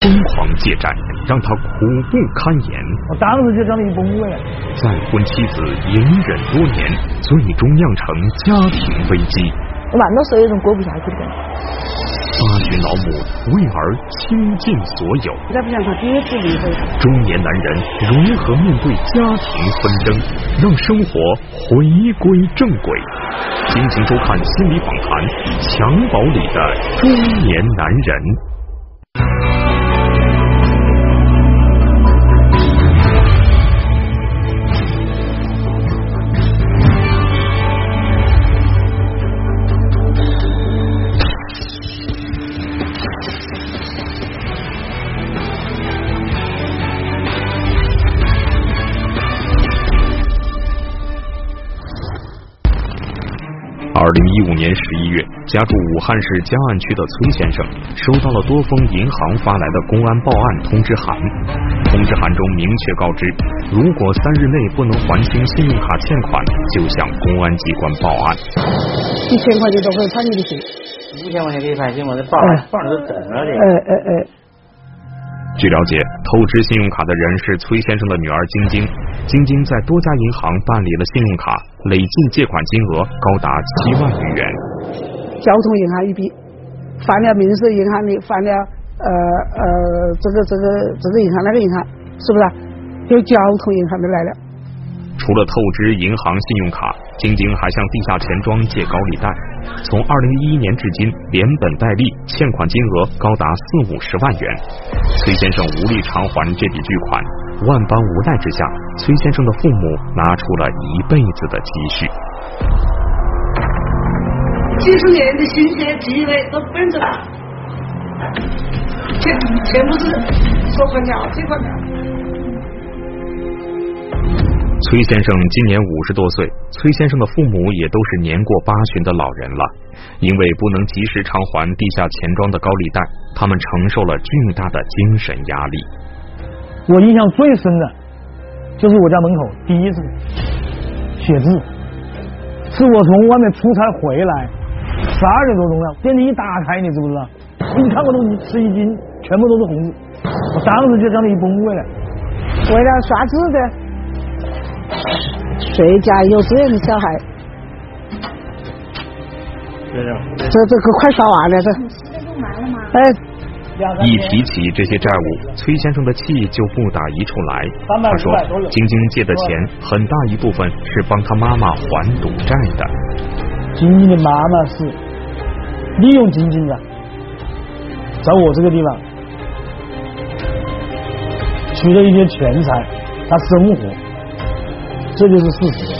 疯狂借债，让他苦不堪言。 我当时就将你崩溃了。 再婚妻子隐忍多年，最终酿成家庭危机。 我慢到时候有种过不下去的感觉。 8旬老母为儿倾尽所有， 再不想他爹自离婚。 中年男人如何面对家庭纷争，让生活回归正轨？敬请收看心理访谈《襁褓里的中年男人》。2015年11月，家住武汉市江岸区的崔先生收到了多封银行发来的公安报案通知函。通知函中明确告知，如果3日内不能还清信用卡欠款，就向公安机关报案。 1000块钱都可以判你的刑 ，5000块钱可以判刑吗？这报案都等了这。 据了解，透支信用卡的人是崔先生的女儿晶晶。晶晶在多家银行办理了信用卡，累计借款金额高达7万余元。 交通银行一笔，犯了民事银行的，犯了这个银行那个银行，是不是？有交通银行的来了。 除了透支银行信用卡，晶晶还向地下钱庄借高利贷，从2011年至今，连本带利欠款金额高达40-50万元。崔先生无力偿还这笔巨款，万般无奈之下，崔先生的父母拿出了一辈子的积蓄。 几十年的心血积累都本着了，全部是说款条借款条。 崔先生今年50多岁，崔先生的父母也都是年过8旬的老人了。因为不能及时偿还地下钱庄的高利贷，他们承受了巨大的精神压力。 我印象最深的就是我家门口第一次写字，是我从外面出差回来，12点多钟了，电梯一打开，你知不知道？一看我都吃一惊，全部都是红字，我当时就将你崩溃了。 为了刷字的。谁家有这样的小孩？这个快刷完了这。 一提起这些债务，崔先生的气就不打一处来。他说，晶晶借的钱很大一部分是帮他妈妈还赌债的。 晶晶的妈妈是利用晶晶的，在我这个地方取了一些钱财，他生活。这就是事实。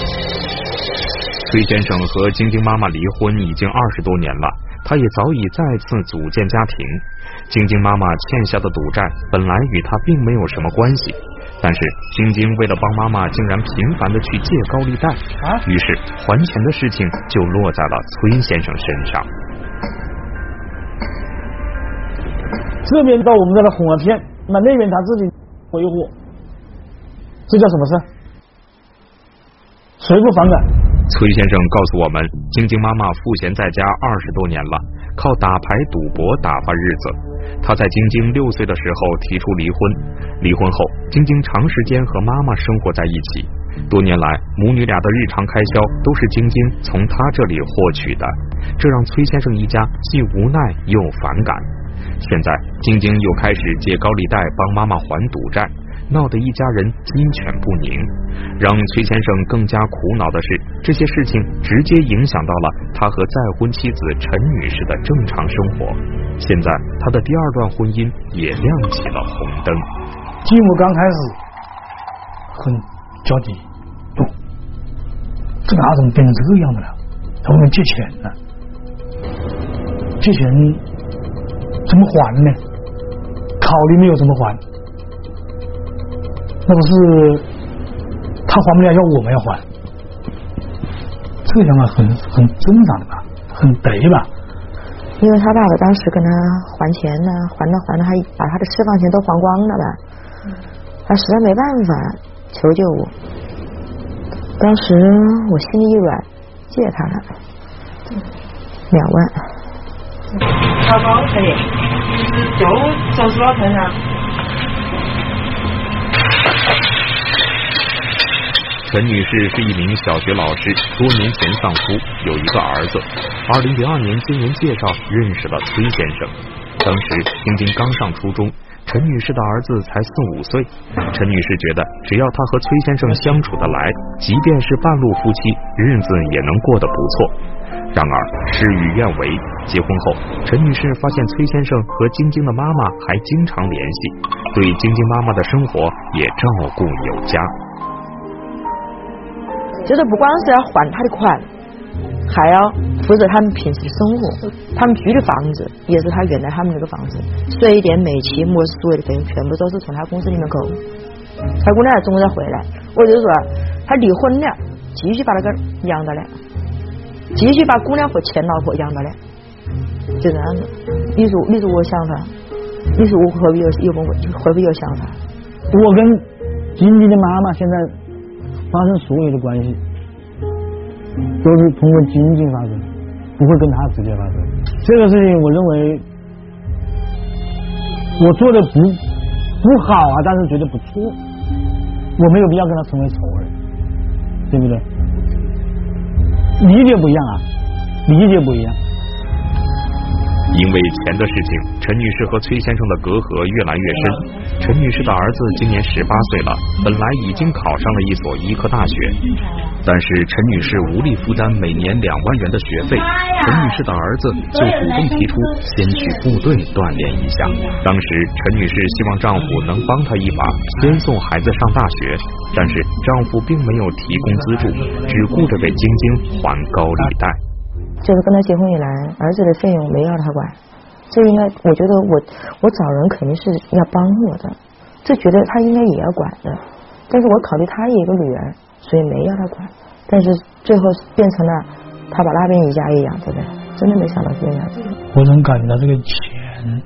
崔先生和晶晶妈妈离婚已经20多年了，他也早已再次组建家庭。晶晶妈妈欠下的赌债本来与他并没有什么关系，但是晶晶为了帮妈妈，竟然频繁的去借高利贷，于是还钱的事情就落在了崔先生身上。 这边到我们这来哄了骗，那边他自己挥霍，这叫什么事？谁不反感？ 崔先生告诉我们，晶晶妈妈赋闲在家20多年了，靠打牌赌博打发日子。她在晶晶6岁的时候提出离婚，离婚后，晶晶长时间和妈妈生活在一起。多年来，母女俩的日常开销都是晶晶从她这里获取的，这让崔先生一家既无奈又反感。现在，晶晶又开始借高利贷帮妈妈还赌债。闹得一家人鸡犬不宁，让崔先生更加苦恼的是，这些事情直接影响到了他和再婚妻子陈女士的正常生活。现在他的第2段婚姻也亮起了红灯。 继母刚开始很焦急，这哪怎么变成这个样子了？他问借钱了，借钱怎么还呢？考虑没有怎么还。那不是他还不了，要我们要还，这个想法很正常的吧，很得吧。 因为他爸爸当时跟他还钱呢，还了，还把他的私房钱都还光了吧。他实在没办法求救我，当时我心里一软，借他了2万。 好高才耶，就说是老太太。 陈女士是一名小学老师，多年前丧夫，有一个儿子。2002年经人介绍认识了崔先生。当时晶晶刚上初中，陈女士的儿子才4、5岁。陈女士觉得只要她和崔先生相处得来，即便是半路夫妻，日子也能过得不错。然而事与愿违，结婚后，陈女士发现崔先生和晶晶的妈妈还经常联系，对晶晶妈妈的生活也照顾有加。 就是不光是要还他的款，还要负责他们平时的生活。他们居的房子也是他原来他们那个房子，水电煤气没所有的费用全部都是从他公司里面扣。他过来中午再回来，我就说他离婚了，继续把那个养到来，继续把姑娘和前老婆养到来，就这样子。你说我想法，你说我会不会有想法？ 我跟晶晶的妈妈现在发生所有的关系都是通过晶晶发生，不会跟他直接发生。这个事情我认为我做的不好啊，但是觉得不错，我没有必要跟他成为仇人，对不对？理解不一样啊，理解不一样。 因为钱的事情，陈女士和崔先生的隔阂越来越深。陈女士的儿子今年18岁了，本来已经考上了一所医科大学，但是陈女士无力负担每年2万元的学费，陈女士的儿子就主动提出先去部队锻炼一下。当时陈女士希望丈夫能帮她一把，先送孩子上大学，但是丈夫并没有提供资助，只顾着给晶晶还高利贷。 就是跟他结婚以来，儿子的费用没要他管，这应该我觉得我找人肯定是要帮我的，这觉得他应该也要管的，但是我考虑他也有个女儿，所以没要他管，但是最后变成了他把那边一家一养，对不对？真的没想到是这样子。 我总感觉到这个钱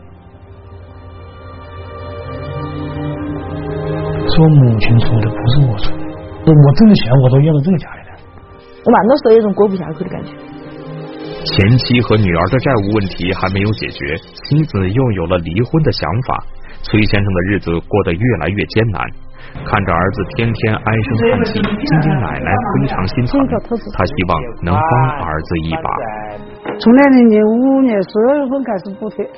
是我母亲出的，不是我出的，我挣的钱我都要到这个家里来， 我蛮多时候有种过不下去的感觉。 前妻和女儿的债务问题还没有解决，妻子又有了离婚的想法，崔先生的日子过得越来越艰难。看着儿子天天唉声叹气，晶晶奶奶非常心疼，她希望能帮儿子一把。 从2005年12月份开始补贴，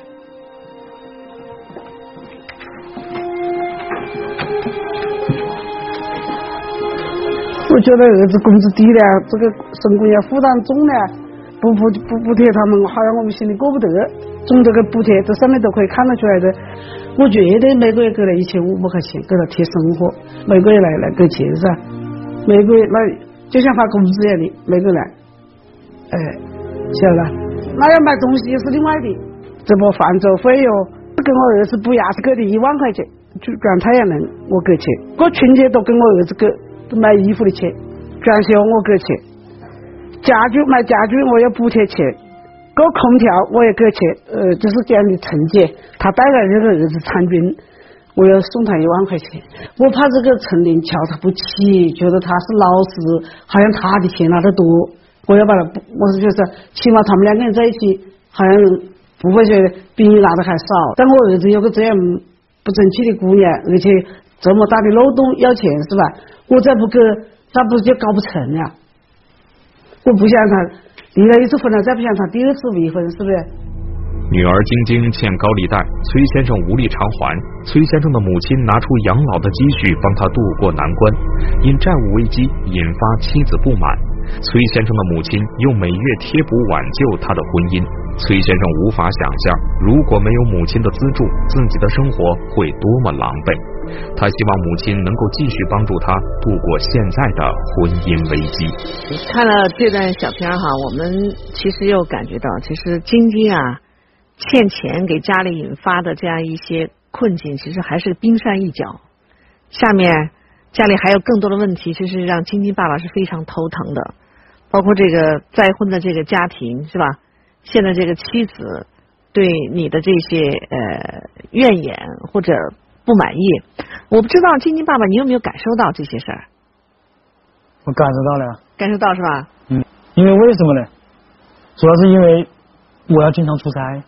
我觉得儿子工资低了，这个生活要负担重了。不补贴他们，好像我们心里过不得。从这个补贴这上面都可以看得出来的，我觉得每个月给了1500块钱给他贴生活，每个月来给钱噻，每个月来就像发工资一样的，每个月来，晓得了。那要买东西也是另外的，这不饭粥费用，跟我儿子补牙是给的1万块钱，就转太阳能我给钱，过春节都跟我儿子给买衣服的钱，装修我给钱。买家具我要补贴钱，搞空调我也给钱，就是这样的成绩。他带来这个儿子参军，我要送他1万块钱。我怕这个陈林瞧他不起，觉得他是老实，好像他的钱拿得多，我要把他，我是觉得起码他们2个人在一起，好像不会觉得比你拿的还少。但我儿子有个这样不争气的姑娘，而且这么大的漏洞要钱是吧？我再不给，他不就搞不成了？我不想他离了1次婚了，再不想他第2次离婚，是不是？ 女儿晶晶欠高利贷，崔先生无力偿还，崔先生的母亲拿出养老的积蓄帮他渡过难关，因债务危机引发妻子不满，崔先生的母亲用每月贴补挽救他的婚姻。崔先生无法想象，如果没有母亲的资助，自己的生活会多么狼狈。他希望母亲能够继续帮助他度过现在的婚姻危机。 看了这段小片哈，我们其实又感觉到，其实晶晶啊欠钱给家里引发的这样一些困境，其实还是冰山一角。下面家里还有更多的问题，其实让晶晶爸爸是非常头疼的，包括这个再婚的这个家庭是吧？现在这个妻子对你的这些怨言或者不满意，我不知道晶晶爸爸你有没有感受到这些事儿？ 我感受到了。 感受到是吧？ 因为为什么呢？主要是因为我要经常出差，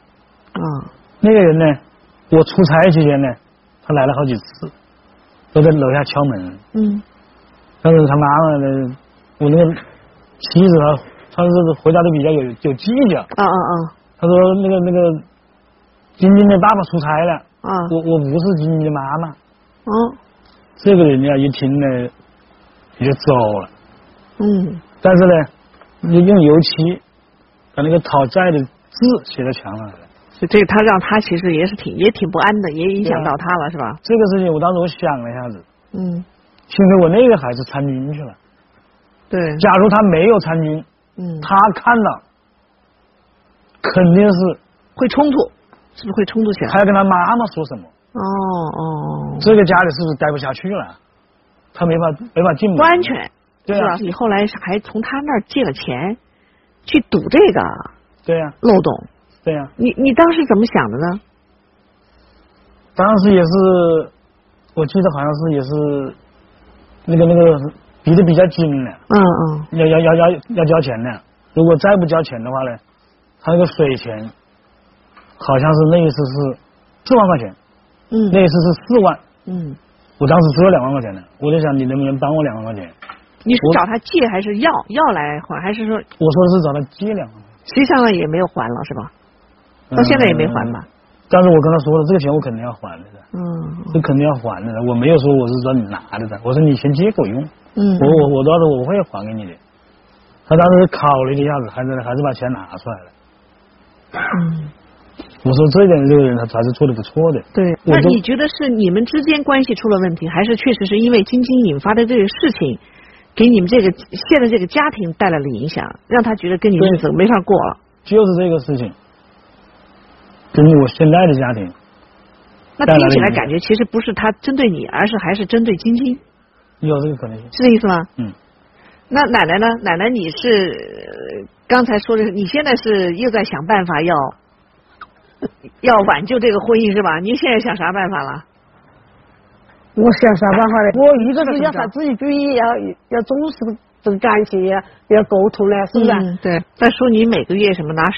那个人呢，我出差期间呢，他来了好几次，都在楼下敲门。但是他妈妈呢，我那个妻子他是回答的比较有计较。他说那个晶晶的爸爸出差了。我不是晶晶的妈妈。这个人家一听呢，也就走了。但是呢，用油漆把那个讨债的字写在墙上了。 这个他让他其实也挺不安的，也影响到他了，是吧？ 这个事情我当时我想了一下子。幸亏我那个孩子参军去了。 对。 假如他没有参军，他看到肯定是会冲突，是不是会冲突起来？ 他要跟他妈妈说什么？这个家里是不是待不下去了？他没法进门， 不安全。 对啊。 你后来还从他那儿借了钱去堵这个。 对啊。 漏洞。 对呀。 你当时怎么想的呢？ 当时也是，我记得好像是也是那个逼得比较紧了。要交钱的。如果再不交钱的话呢，他那个水钱好像是那一次是4万块钱。那一次是4万。我当时只有2万块钱的，我就想你能不能帮我2万块钱？ 你是找他借还是要来还，还是说？ 我说的是找他借2万块钱。 实际上呢也没有还了是吧？到现在也没还吧？ 但是我跟他说了，这个钱我肯定要还的。这肯定要还的。我没有说我是找你拿的，我说你先借给我用。我到时候我会还给你的。他当时考虑了一下子，还是把钱拿出来了。我说这点这个人他还是做的不错的。 对。那你觉得是你们之间关系出了问题，还是确实是因为晶晶引发的这个事情，给你们这个现在这个家庭带来了影响，让他觉得跟你日子没法过了？ 就是这个事情，跟我现在的家庭。 那听起来感觉其实不是他针对你，而是还是针对晶晶。 有这个可能性。 是这意思吗？那奶奶呢？奶奶你是刚才说的是，你现在是又在想办法要挽救这个婚姻是吧？你现在想啥办法了？ 我想啥办法呢？我一个是要他自己注意，要重视这个感情，要沟通了，是不是？ 对。再说你每个月什么拿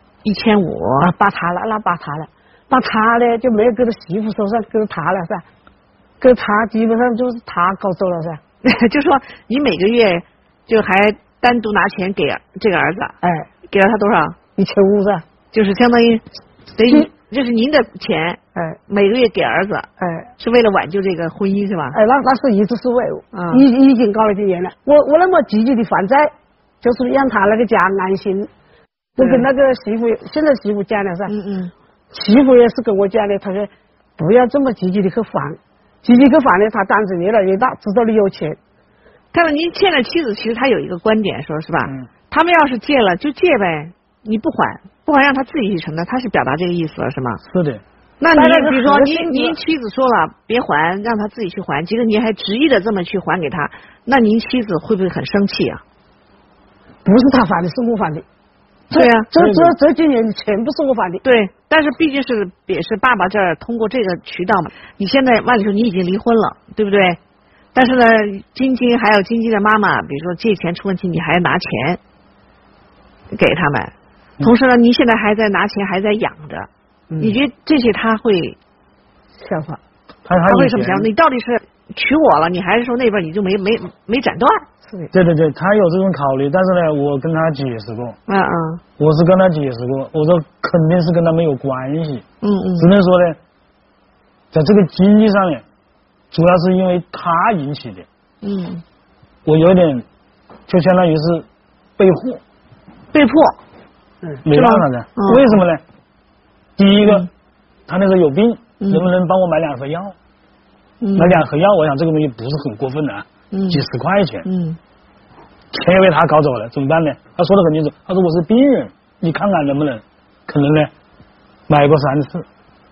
1500， 把他了，那把他了，把他呢就没有给他媳妇手上，给他了噻，给他基本上就是他搞走了噻。 就说你每个月就还单独拿钱给这个儿子，给了他多少 ？1500噻， 就是相当于等于就是您的钱，每个月给儿子，是为了挽救这个婚姻是吧？ 那是一直是为已经搞了几年了。我那么积极的还债，就是让他那个家安心。我跟那个媳妇，现在媳妇讲了噻，媳妇也是跟我讲的，他说不要这么积极的去还，积极去还呢，他胆子越来越大，知道你有钱。 看到您现在妻子，其实他有一个观点，说是吧？他们要是借了就借呗，你不还让他自己去承担，他是表达这个意思了是吗？ 是的。 那你比如说您妻子说了别还，让他自己去还，结果您还执意的这么去还给他，那您妻子会不会很生气啊？ 不是他还的，是我还的。 对啊， 这几年全部是我还的。 对，但是毕竟也是爸爸这儿通过这个渠道嘛。你现在按理说你已经离婚了，对不对？但是呢，晶晶还有晶晶的妈妈，比如说借钱出问题，你还拿钱给他们，同时呢，你现在还在拿钱，还在养着。你觉得这些他会想法？ 他会什么想法？你到底是娶我了，你还是说那边你就没斩断？ 对，他有这种考虑，但是呢，我跟他解释过。我是跟他解释过，我说肯定是跟他没有关系。只能说呢，在这个经济上面，主要是因为他引起的。我有点就相当于是被迫。没办法的。为什么呢？第一个，他那时候有病，能不能帮我买2盒药？买2盒药，我想这个东西不是很过分的啊，几十块钱。钱也被他搞走了，怎么办呢？他说的很清楚，他说我是病人，你看看能不能，可能呢，买过3次。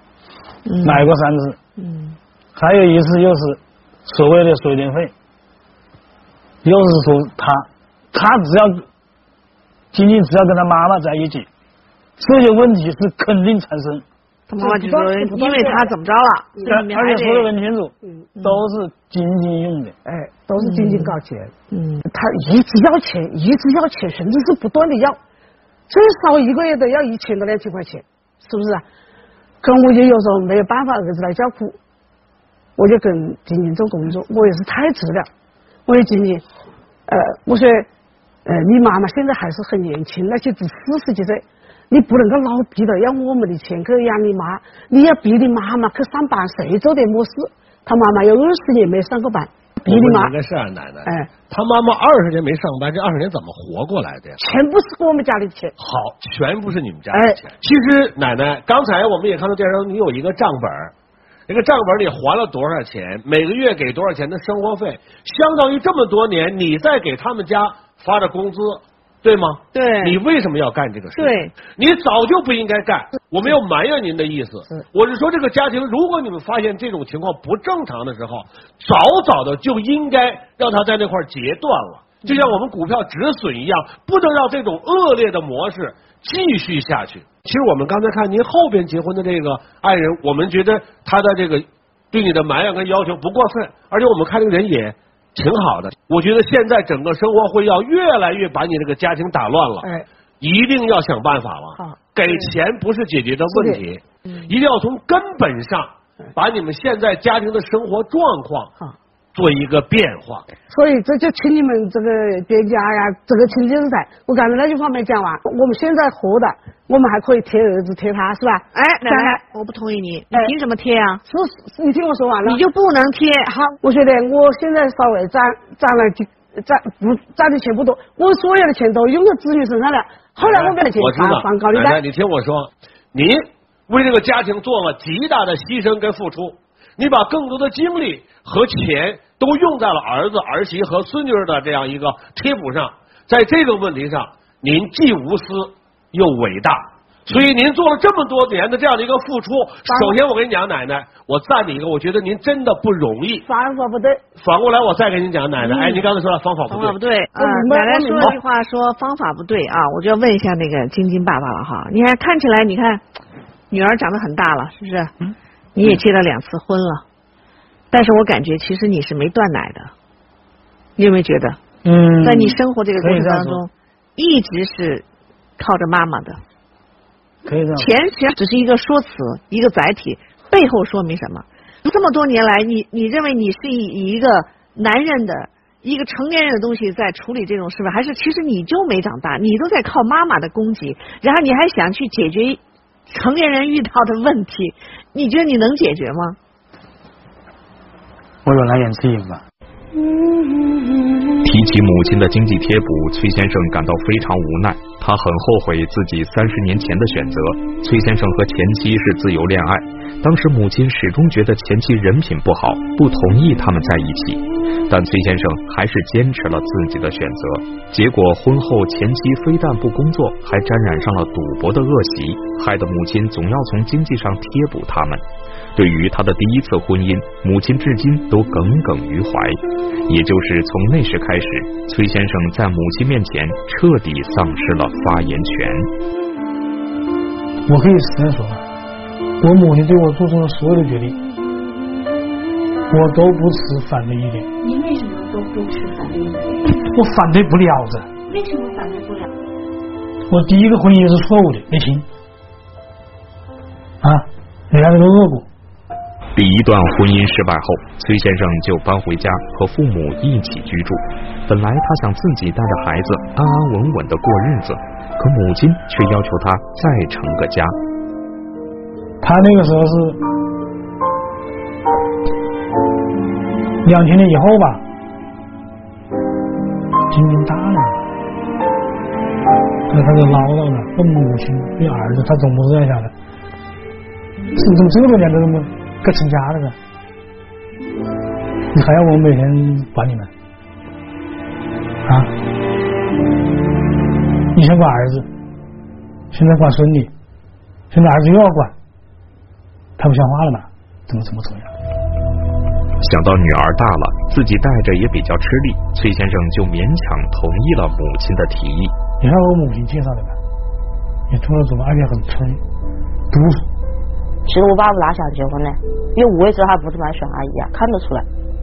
还有一次又是所谓的水电费，又是说他只要晶晶只要跟他妈妈在一起，这些问题是肯定产生。 他妈妈就说因为他怎么着了， 而且说的很清楚，都是晶晶用的， 都是晶晶搞钱。他一直要钱，甚至是不断的要，最少1个月都要1000到2000块钱。 是不是？可我就有时候没有办法，儿子来叫苦，我就跟晶晶做工作，我也是太迟了。我说晶晶，我说，你妈妈现在还是很年轻，那些只40几岁，你不能够老逼着要我们的钱去养你妈，你要逼你妈妈去上班，谁做点么事？他妈妈有20年没上过班。 我问你个事儿，奶奶，他妈妈20年没上班，这20年怎么活过来的呀？ 全部是我们家里的钱。 好，全部是你们家的钱。其实奶奶，刚才我们也看到电视上，你有一个账本，那个账本里还了多少钱，每个月给多少钱的生活费，相当于这么多年你在给他们家发的工资。对吗？ 对， 你为什么要干这个事？ 对， 你早就不应该干。我没有埋怨您的意思，我是说这个家庭，如果你们发现这种情况不正常的时候，早的就应该让他在那块截断了，就像我们股票止损一样，不能让这种恶劣的模式继续下去。其实我们刚才看您后边结婚的这个爱人，我们觉得他的这个对你的埋怨跟要求不过分，而且我们看这个人也挺好的。我觉得现在整个生活会要越来越把你这个家庭打乱了，一定要想办法了。给钱不是解决的问题，一定要从根本上把你们现在家庭的生活状况做一个变化。 所以这就请你们这个别家呀，这个亲近在。我刚才那句话没讲完，我们现在活的，我们还可以贴儿子贴他，是吧？ 奶奶，我不同意你，你凭什么贴啊？ 是你听我说完了， 你就不能贴。 好，我觉得我现在稍微赚的钱不多，我所有的钱都用在子女身上了。后来我给的钱放高利贷。 你听我说，你为这个家庭做了极大的牺牲跟付出，你把更多的精力和钱都用在了儿子、儿媳和孙女的这样一个贴补上，在这个问题上，您既无私又伟大。所以您做了这么多年的这样的一个付出，首先我跟你讲，奶奶，我赞你一个，我觉得您真的不容易。 方法不对。 反过来我再跟您讲，奶奶，您刚才说了方法不对。 方法不对。奶奶说了一句话，说方法不对啊，我就要问一下那个晶晶爸爸了哈。你看看起来，你看女儿长得很大了，是不是？你也结了2次婚了，但是我感觉其实你是没断奶的，你有没有觉得？在你生活这个过程当中，一直是靠着妈妈的。钱其实只是一个说辞，一个载体，背后说明什么？这么多年来，你认为你是以一个男人的一个成年人的东西在处理这种事吧？还是其实你就没长大，你都在靠妈妈的供给，然后你还想去解决成年人遇到的问题？你觉得你能解决吗？ 我有难言之隐吧。 提起母亲的经济贴补，崔先生感到非常无奈，他很后悔自己30年前的选择。崔先生和前妻是自由恋爱，当时母亲始终觉得前妻人品不好，不同意他们在一起，但崔先生还是坚持了自己的选择。结果婚后前妻非但不工作，还沾染上了赌博的恶习，害得母亲总要从经济上贴补他们。对于他的第一次婚姻，母亲至今都耿耿于怀。也就是从那时开始，崔先生在母亲面前彻底丧失了发言权。 我可以实在说，我母亲对我做出的所有的决定，我都不持反对意见。 您为什么都不持反对意见？ 我反对不了的。 为什么反对不了？ 我第一个婚姻是错误的，没听啊，人家这个恶果。 第一段婚姻失败后，崔先生就搬回家和父母一起居住。本来他想自己带着孩子安安稳稳的过日子，可母亲却要求他再成个家。 他那个时候是2000年以后吧，晶晶大了，所以他就唠叨了，问母亲对儿子，他总不是这样想的，怎么这么多年都这么该成家了呢？你还要我每天管你们啊？以前管儿子，现在管孙女，现在儿子又要管，太不像话了吧？怎么样？ 想到女儿大了，自己带着也比较吃力，崔先生就勉强同意了母亲的提议。 你看我母亲介绍的吧，也做了主，而且很催，督促。 其实我爸不大想结婚呢，因为我也知道他不是蛮喜欢阿姨啊，看得出来。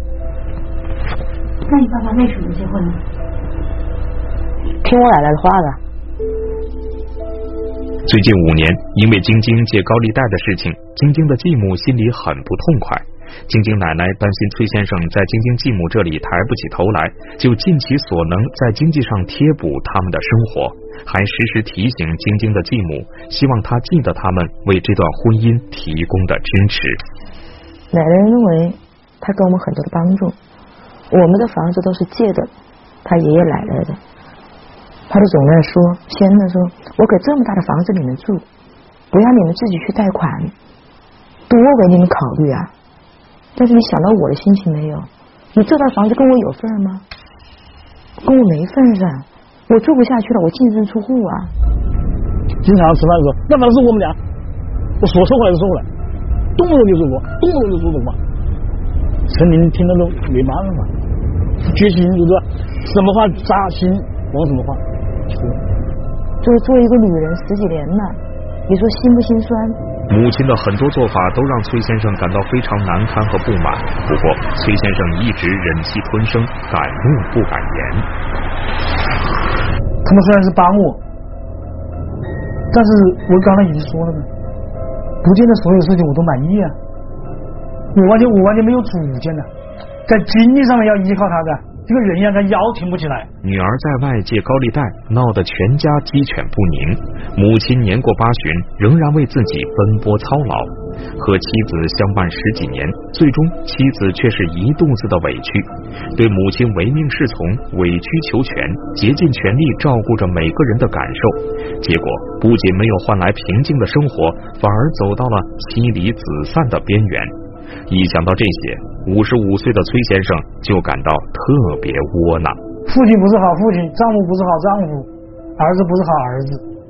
那你爸爸为什么结婚呢？ 听我奶奶的话的。 最近5年，因为晶晶借高利贷的事情，晶晶的继母心里很不痛快。晶晶奶奶担心崔先生在晶晶继母这里抬不起头来，就尽其所能在经济上贴补他们的生活，还时时提醒晶晶的继母，希望她记得他们为这段婚姻提供的支持。 奶奶认为他给我们很多的帮助，我们的房子都是借的他爷爷奶奶的，他就总在说，先生说，我给这么大的房子你们住，不要你们自己去贷款，多为你们考虑啊。但是你想到我的心情没有？你这套房子跟我有份吗？跟我没份噻，我住不下去了，我净身出户啊。 经常吃饭的时候，那房子是我们俩，我说错话就说过来，动不动就说过，动不动就说这话，陈琳听了都没办法，决心就是什么话扎心往什么话说。 就是作为一个女人10几年了，你说心不心酸？ 母亲的很多做法都让崔先生感到非常难堪和不满，不过崔先生一直忍气吞声，敢怒不敢言。 他们虽然是帮我，但是我刚才已经说了的，不见得所有事情我都满意啊。我完全没有主见的，在经济上面要依靠他的。这个人呀，他腰挺不起来。 女儿在外借高利贷，闹得全家鸡犬不宁。母亲年过80，仍然为自己奔波操劳，和妻子相伴10几年，最终妻子却是一肚子的委屈，对母亲唯命是从，委曲求全，竭尽全力照顾着每个人的感受。结果不仅没有换来平静的生活，反而走到了妻离子散的边缘。一想到这些，55岁的崔先生就感到特别窝囊。 父亲不是好父亲，丈夫不是好丈夫，儿子不是好儿子，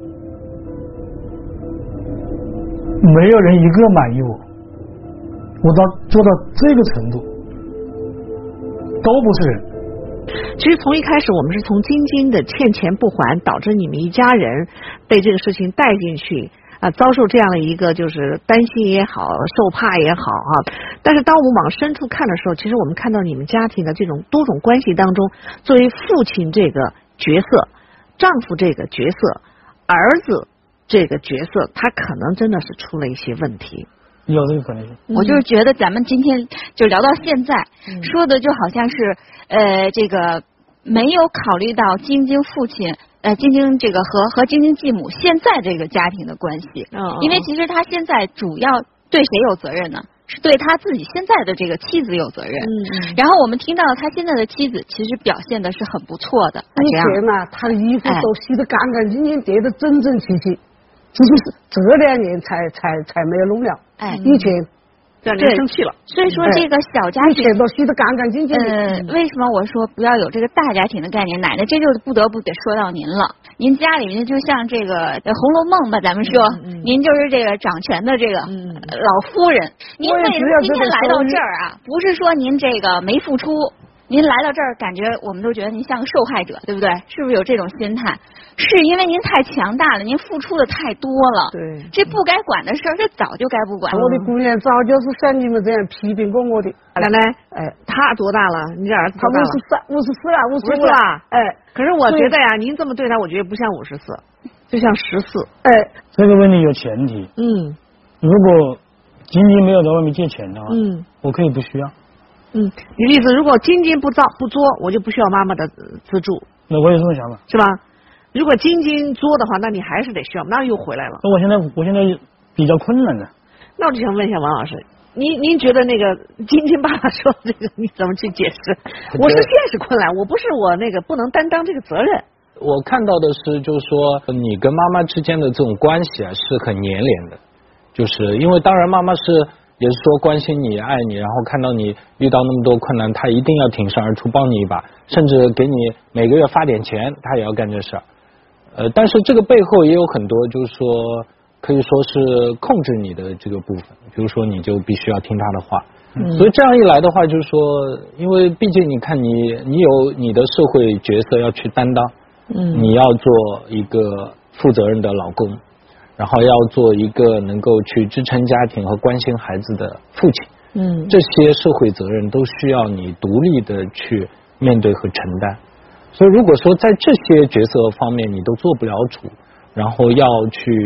没有人一个满意我。我做到这个程度，都不是人。 其实从一开始，我们是从晶晶的欠钱不还，导致你们一家人被这个事情带进去。遭受这样的一个就是担心也好，受怕也好啊。但是当我们往深处看的时候，其实我们看到你们家庭的这种多种关系当中，作为父亲这个角色、丈夫这个角色、儿子这个角色，他可能真的是出了一些问题。 有这个可能性。 我就是觉得咱们今天就聊到现在，说的就好像是这个没有考虑到晶晶父亲。晶晶这个和晶晶继母现在这个家庭的关系，因为其实他现在主要对谁有责任呢？是对他自己现在的这个妻子有责任。然后我们听到他现在的妻子其实表现的是很不错的。 以前嘛，他的衣服都洗得干干净净，叠得整整齐齐，就是这2年才没有弄了。以前。 对，生气了。 所以说这个小家庭都洗得干干净净的。 为什么我说不要有这个大家庭的概念？奶奶，这就不得不得说到您了。您家里面就像这个《红楼梦》吧，咱们说，您就是这个掌权的这个老夫人。您为什么今天来到这儿啊？不是说您这个没付出。您来到这儿，感觉我们都觉得您像个受害者，对不对？是不是有这种心态？是因为您太强大了，您付出的太多了。 对， 这不该管的事儿，这早就该不管。 我的姑娘早就是像你们这样批评过我的。 奶奶，他多大了？你这儿子多大了 ？54了，55 了。可是我觉得呀，您这么对他，我觉得不像54，就像14。 这个问题有前提。如果晶晶没有在外面借钱的话，我可以不需要。 你的意思，如果晶晶不作，我就不需要妈妈的资助。 那我有这种想法， 是吧？如果晶晶作的话，那你还是得需要，那又回来了。 那我现在比较困难的。 那我就想问一下王老师，您觉得那个晶晶爸爸说这个你怎么去解释？我是现实困难，我不是我那个不能担当这个责任。 我看到的是，就是说你跟妈妈之间的这种关系啊，是很粘连的，就是因为当然妈妈也是说关心你、爱你，然后看到你遇到那么多困难，他一定要挺身而出帮你一把，甚至给你每个月发点钱，他也要干这事儿。但是这个背后也有很多，就是说可以说是控制你的这个部分，比如说你就必须要听他的话。所以这样一来的话，就是说，因为毕竟你看你有你的社会角色要去担当，你要做一个负责任的老公。然后要做一个能够去支撑家庭和关心孩子的父亲，这些社会责任都需要你独立的去面对和承担。所以如果说在这些角色方面你都做不了主，然后要去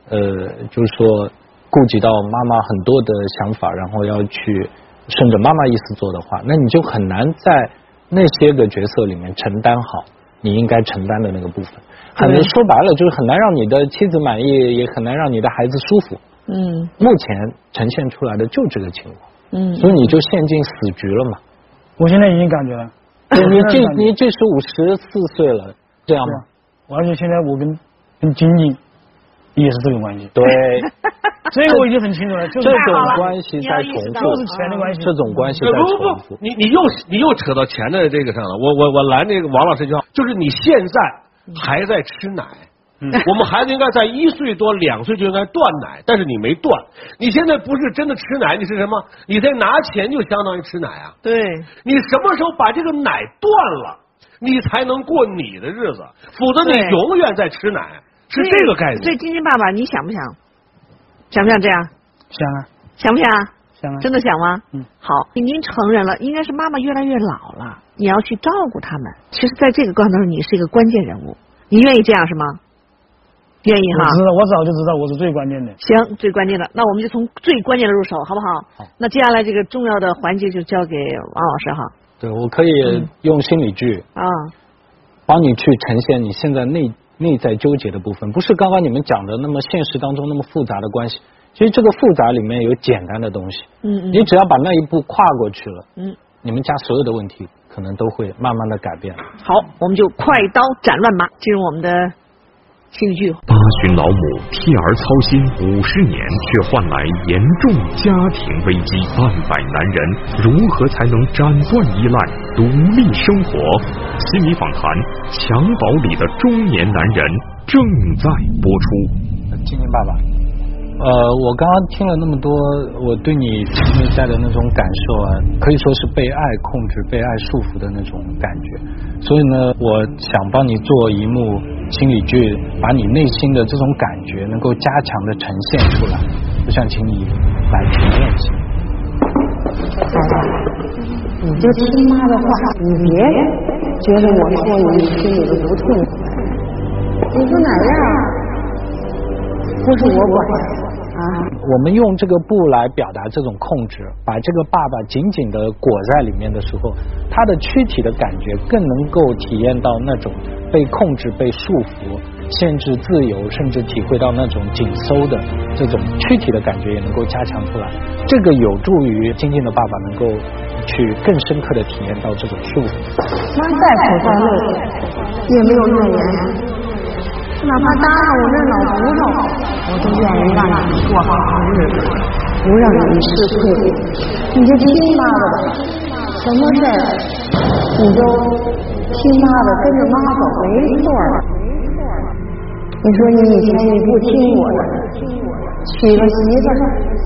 就是说顾及到妈妈很多的想法，然后要去顺着妈妈意思做的话，那你就很难在那些个角色里面承担好你应该承担的那个部分。很难说白了就是很难让你的妻子满意，也很难让你的孩子舒服。目前呈现出来的就这个情况。所以你就陷进死局了嘛。 我现在已经感觉了。 你这是54岁了，这样吗？ 而且现在我跟晶晶也是这个关系。 对， 这个我已经很清楚了，就是这种关系在重复， 就是钱的关系。 这种关系在重复。 你又扯到钱的这个上了。我拦这个王老师一句话，就是你现在还在吃奶。我们孩子应该在1岁多2岁就应该断奶，但是你没断。你现在不是真的吃奶，你是什么？你在拿钱就相当于吃奶啊。 对， 你什么时候把这个奶断了，你才能过你的日子，否则你永远在吃奶，是这个概念。 所以晶晶爸爸，你想不想？想不想这样？ 想啊。 想不想？ 想啊。 真的想吗？好，您承认了，应该是妈妈越来越老了，你要去照顾他们。其实，在这个关头，你是一个关键人物，你愿意这样是吗？愿意哈， 我早就知道我是最关键的。 行，最关键的，那我们就从最关键的入手，好不好？ 好。 那接下来这个重要的环节就交给王老师哈。 对，我可以用心理剧帮你去呈现你现在内在纠结的部分，不是刚刚你们讲的那么现实当中那么复杂的关系。其实这个复杂里面有简单的东西，你只要把那一步跨过去了，你们家所有的问题可能都会慢慢的改变。 好，我们就快刀斩乱麻，进入我们的心理剧。 八旬老母替儿操心50年，却换来严重家庭危机。半百男人如何才能斩断依赖，独立生活？心理访谈《襁褓里的中年男人》正在播出。 晶晶爸爸，我刚刚听了那么多，我对你内在的那种感受啊，可以说是被爱控制、被爱束缚的那种感觉。所以呢，我想帮你做一幕心理剧，把你内心的这种感觉能够加强的呈现出来。我想请你来体验一下。 孩子，你就听妈的话，你别觉得我说你心里头不痛快。你说哪样？不是我管。 我们用这个布来表达这种控制，把这个爸爸紧紧的裹在里面的时候，他的躯体的感觉更能够体验到那种被控制、被束缚、限制自由，甚至体会到那种紧收的这种躯体的感觉也能够加强出来。这个有助于晶晶的爸爸能够去更深刻的体验到这种束缚。 妈再苦再累也没有怨言。哪怕搭上我这老骨头，我都愿意让你过好日子，不让你吃亏。你就听妈的吧，什么事儿你就听妈的，跟着妈走，没错儿。你说你以前你不听我的，娶个媳妇儿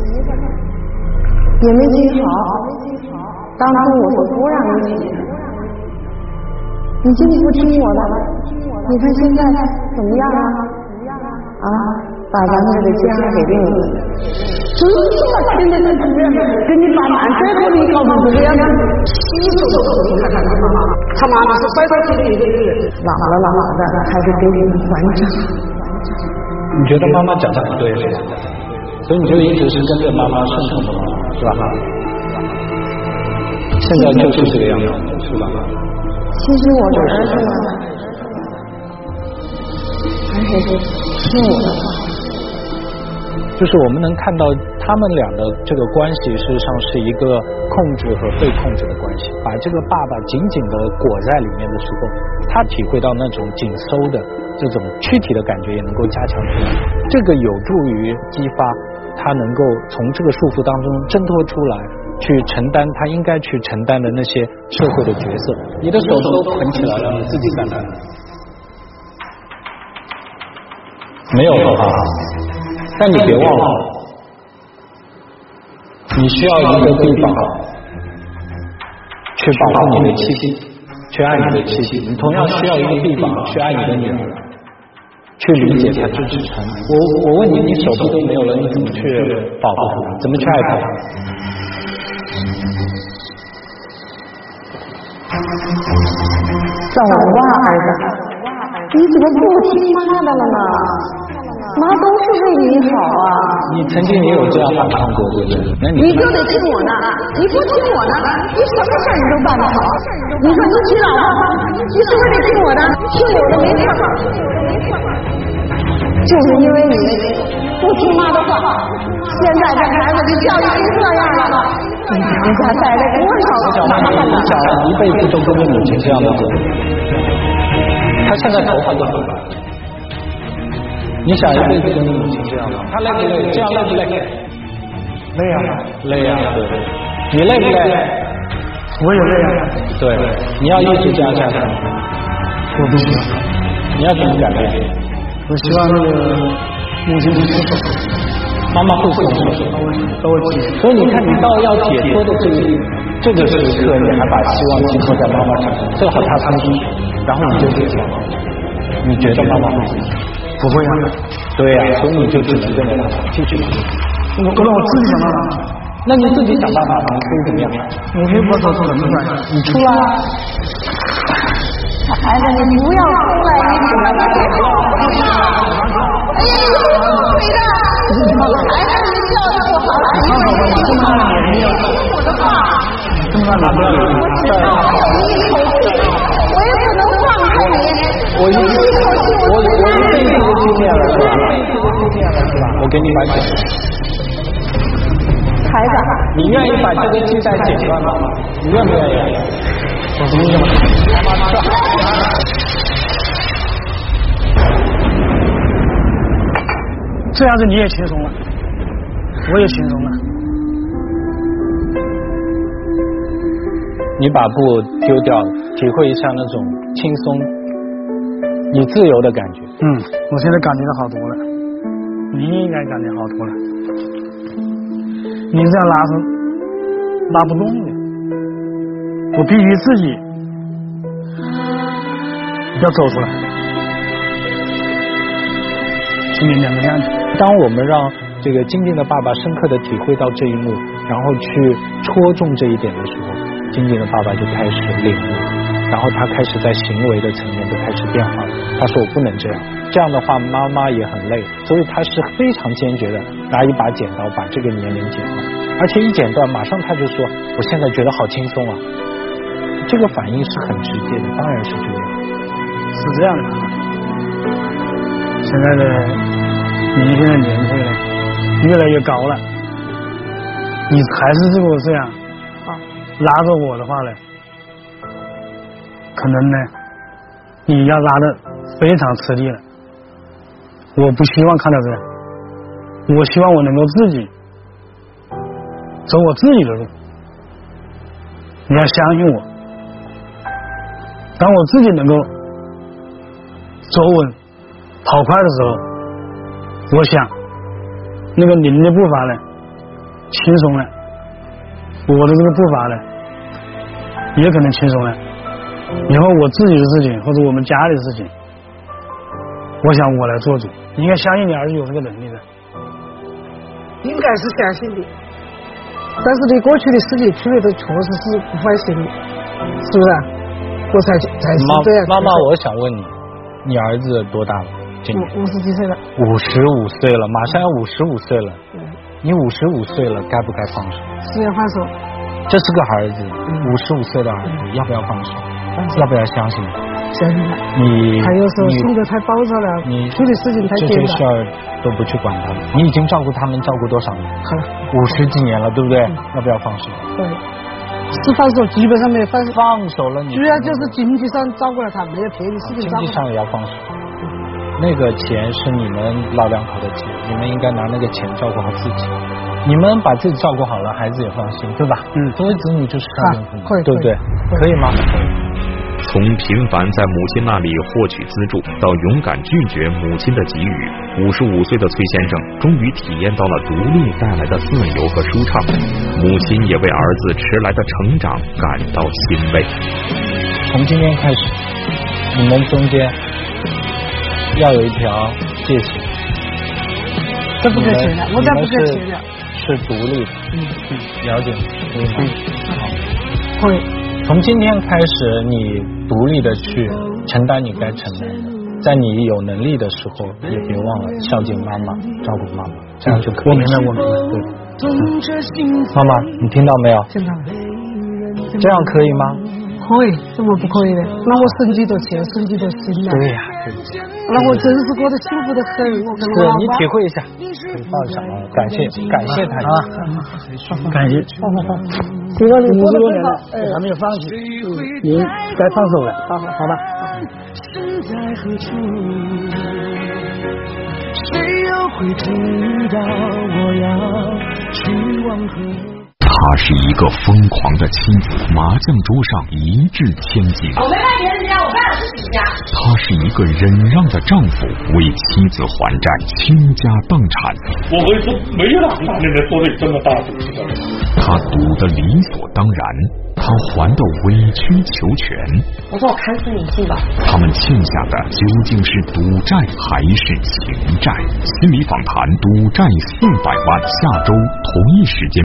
也没娶好，当初我就不让你娶，你今天不听我的。你看现在怎么样啊？把咱们这个家给定了，真他妈天天在这边给你把满塞口里搞成这个样子，稀手你看看他妈妈是白白净净的人，老的还是给你们还账。 你觉得妈妈讲的不对是吧？所以你就一直是跟着妈妈顺从的嘛，是吧？现在就是这个样子，是吧？ 其实我的儿子还是听我的话。 就是我们能看到他们俩的这个关系，事实上是一个控制和被控制的关系。把这个爸爸紧紧的裹在里面的时候，他体会到那种紧收的这种躯体的感觉也能够加强出来。这个有助于激发他能够从这个束缚当中挣脱出来，去承担他应该去承担的那些社会的角色。你的手都捆起来了，你自己看看。没有了哈。但你别忘了，你需要一个地方去保护你的妻子，去爱你的妻子。你同样需要一个地方去爱你的女儿，去理解她，去支撑。我问你，你手臂都没有了，你怎么去保护她？怎么去爱她？ 走吧，儿子，你怎么不听妈的了呢？ 妈都是为你好啊。 你曾经也有这样反抗过，对不对？那你就得听我的，你不听我的，你什么事儿你都办不好。你说你娶老婆，你是不是得听我的？听我的没事儿。就是因为你不听妈的话，现在这孩子的教育成这样了。你家带来多少麻烦呢？ 想一辈子都跟着母亲这样的过。他现在头发都很白。你想一辈子跟你母亲这样吗？他累不累？这样累不累？ 累啊， 累啊，对。你累不累？ 我也累啊。 对，你要一直这样下去。 我不行。 你要怎么改变？ 我希望那个母亲不松手， 妈妈会松手，所以你看，你到要解脱的这个时刻，你还把希望寄托在妈妈身上，最好她松手，然后你就解脱。你觉得妈妈会松手？ 不会啊。 对呀，所以你就只能跟着她继续。 我让我自己想办法。 那你自己想办法，你可以怎么样？ 我可以把手怎么办？ 你出来。 孩子，你不要出来，你不要出来！哎呀，你会后悔的。孩子，你教育不好了，你听我的话。我知道我有一口气，我也不能放开你。 我一辈子都听见了，是吧？我给你把剪。 孩子， 你愿意把这个系带剪断吗？你愿不愿意？我同意吗？ 这样子你也轻松了，我也轻松了。 你把布丢掉，体会一下那种轻松、你自由的感觉。 我现在感觉到好多了，你也应该感觉好多了。你这样拉不动的，我必须自己要走出来，去面对这样子。 当我们让这个晶晶的爸爸深刻的体会到这一幕，然后去戳中这一点的时候，晶晶的爸爸就开始领悟，然后他开始在行为的层面就开始变化了。他说我不能这样，这样的话妈妈也很累，所以他是非常坚决的拿一把剪刀把这个年龄剪断，而且一剪断马上他就说我现在觉得好轻松啊，这个反应是很直接的，当然是这样。 是这样的，现在的你现在年岁呢越来越高了，你还是如果这样拉着我的话呢，可能呢你要拉得非常吃力了。我不希望看到这样，我希望我能够自己走我自己的路。你要相信我，当我自己能够走稳跑快的时候，我想那个您的步伐呢轻松了，我的这个步伐呢也可能轻松了，以后我自己的事情或者我们家里的事情，我想我来做主。你应该相信你儿子有这个能力的。 应该是相信的，但是你过去的事情处理的确实是不放心的，是不是？我才是这样。 妈妈，我想问你，你儿子多大了？今年 50几岁了。 55岁了，马上要55岁了。你55岁了，该不该放手？ 是要放手。 这是个儿子，55岁的儿子，要不要放手？要不要相信？ 相信他。还有时候性格太暴躁了，你处理事情太简单， 这些事儿都不去管他们。你已经照顾他们照顾多少年？50几年了，对不对？要不要放手？ 对，是放手，基本上没有放手。 放手了你， 主要就是经济上照顾了他，没有别的事情照顾。 经济上也要放手。那个钱是你们老两口的钱，你们应该拿那个钱照顾好自己。你们把自己照顾好了，孩子也放心，对吧？作为子女就是孝顺父母，对不对？可以吗？ 从频繁在母亲那里获取资助，到勇敢拒绝母亲的给予，55岁的崔先生终于体验到了独立带来的自由和舒畅。母亲也为儿子迟来的成长感到欣慰。 从今天开始，你们中间要有一条界限。 这不可行的，我这不可行的。 是独立的，了解吗？可以吗？好， 会。 从今天开始，你独立的去承担你该承担的， 在你有能力的时候，也别忘了孝敬妈妈，照顾妈妈，这样就可以。 我明白。对， 妈妈，你听到没有？ 听到了。 这样可以吗？ 可以，怎么不可以呢？那我身体都去，身体都行了。 对呀， 那我真是过得幸福的很。我跟我老你体会一下，放上，感谢他啊， 感谢。 希望你 50多年了，还没有放弃，您该放手了。好吧。 谁又会知道我要去往何？ 他是一个疯狂的妻子，麻将桌上一掷千金。 我没卖别人家，我卖的是你家。 他是一个忍让的丈夫，为妻子还债，倾家荡产。 我会说，没有哪个人做得这么大赌的。 他赌得理所当然，他还得委曲求全。 我说我砍死你信吧。 他们欠下的究竟是赌债还是情债？心理访谈，赌债400万，下周同一时间。